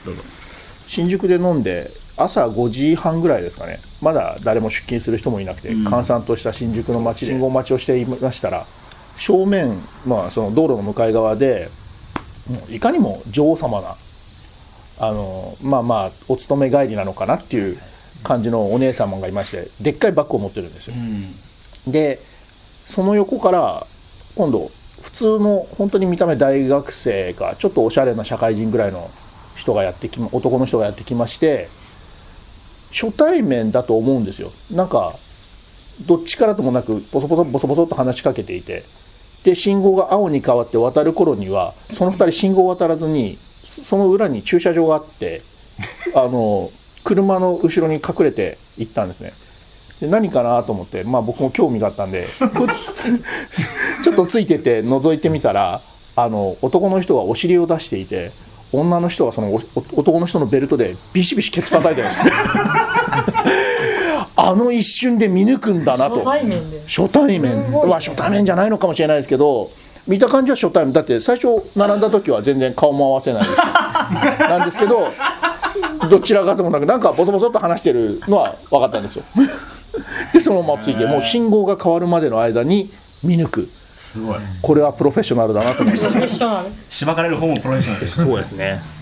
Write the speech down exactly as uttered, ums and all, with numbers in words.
どうぞ。 新宿で飲んで朝ごじはんぐらいですかね、まだ誰も出勤する人もいなくて、うん、閑散とした新宿の街で信号待ちをしていましたら、正面、まあ、その道路の向かい側でいかにも女王様なあのまあまあお勤め帰りなのかなっていう感じのお姉様がいまして、でっかいバッグを持ってるんですよ、うん、でその横から今度普通の本当に見た目大学生かちょっとおしゃれな社会人ぐらいの人がやってき男の人がやってきまして、初対面だと思うんですよ。なんかどっちからともなくボソボソボソボソと話しかけていて、で信号が青に変わって渡る頃にはそのふたり信号を渡らずにその裏に駐車場があってあの車の後ろに隠れていったんですね。で何かなと思って、まあ、僕も興味があったんでちょっとついてて覗いてみたら、あの男の人がお尻を出していて、女の人がその男の人のベルトでビシビシケツ叩いてるんですあの一瞬で見抜くんだなと。 初対面で初対面は初対面じゃないのかもしれないですけど、見た感じは初対面だって、最初並んだ時は全然顔も合わせないですなんですけど、どちらかともなくなんかボソボソっと話してるのは分かったんですよでそのままついて、もう信号が変わるまでの間に見抜く。 すごい。 これはプロフェッショナルだなと思いました。 しばかれる方もプロフェッショナルです。 そうですね。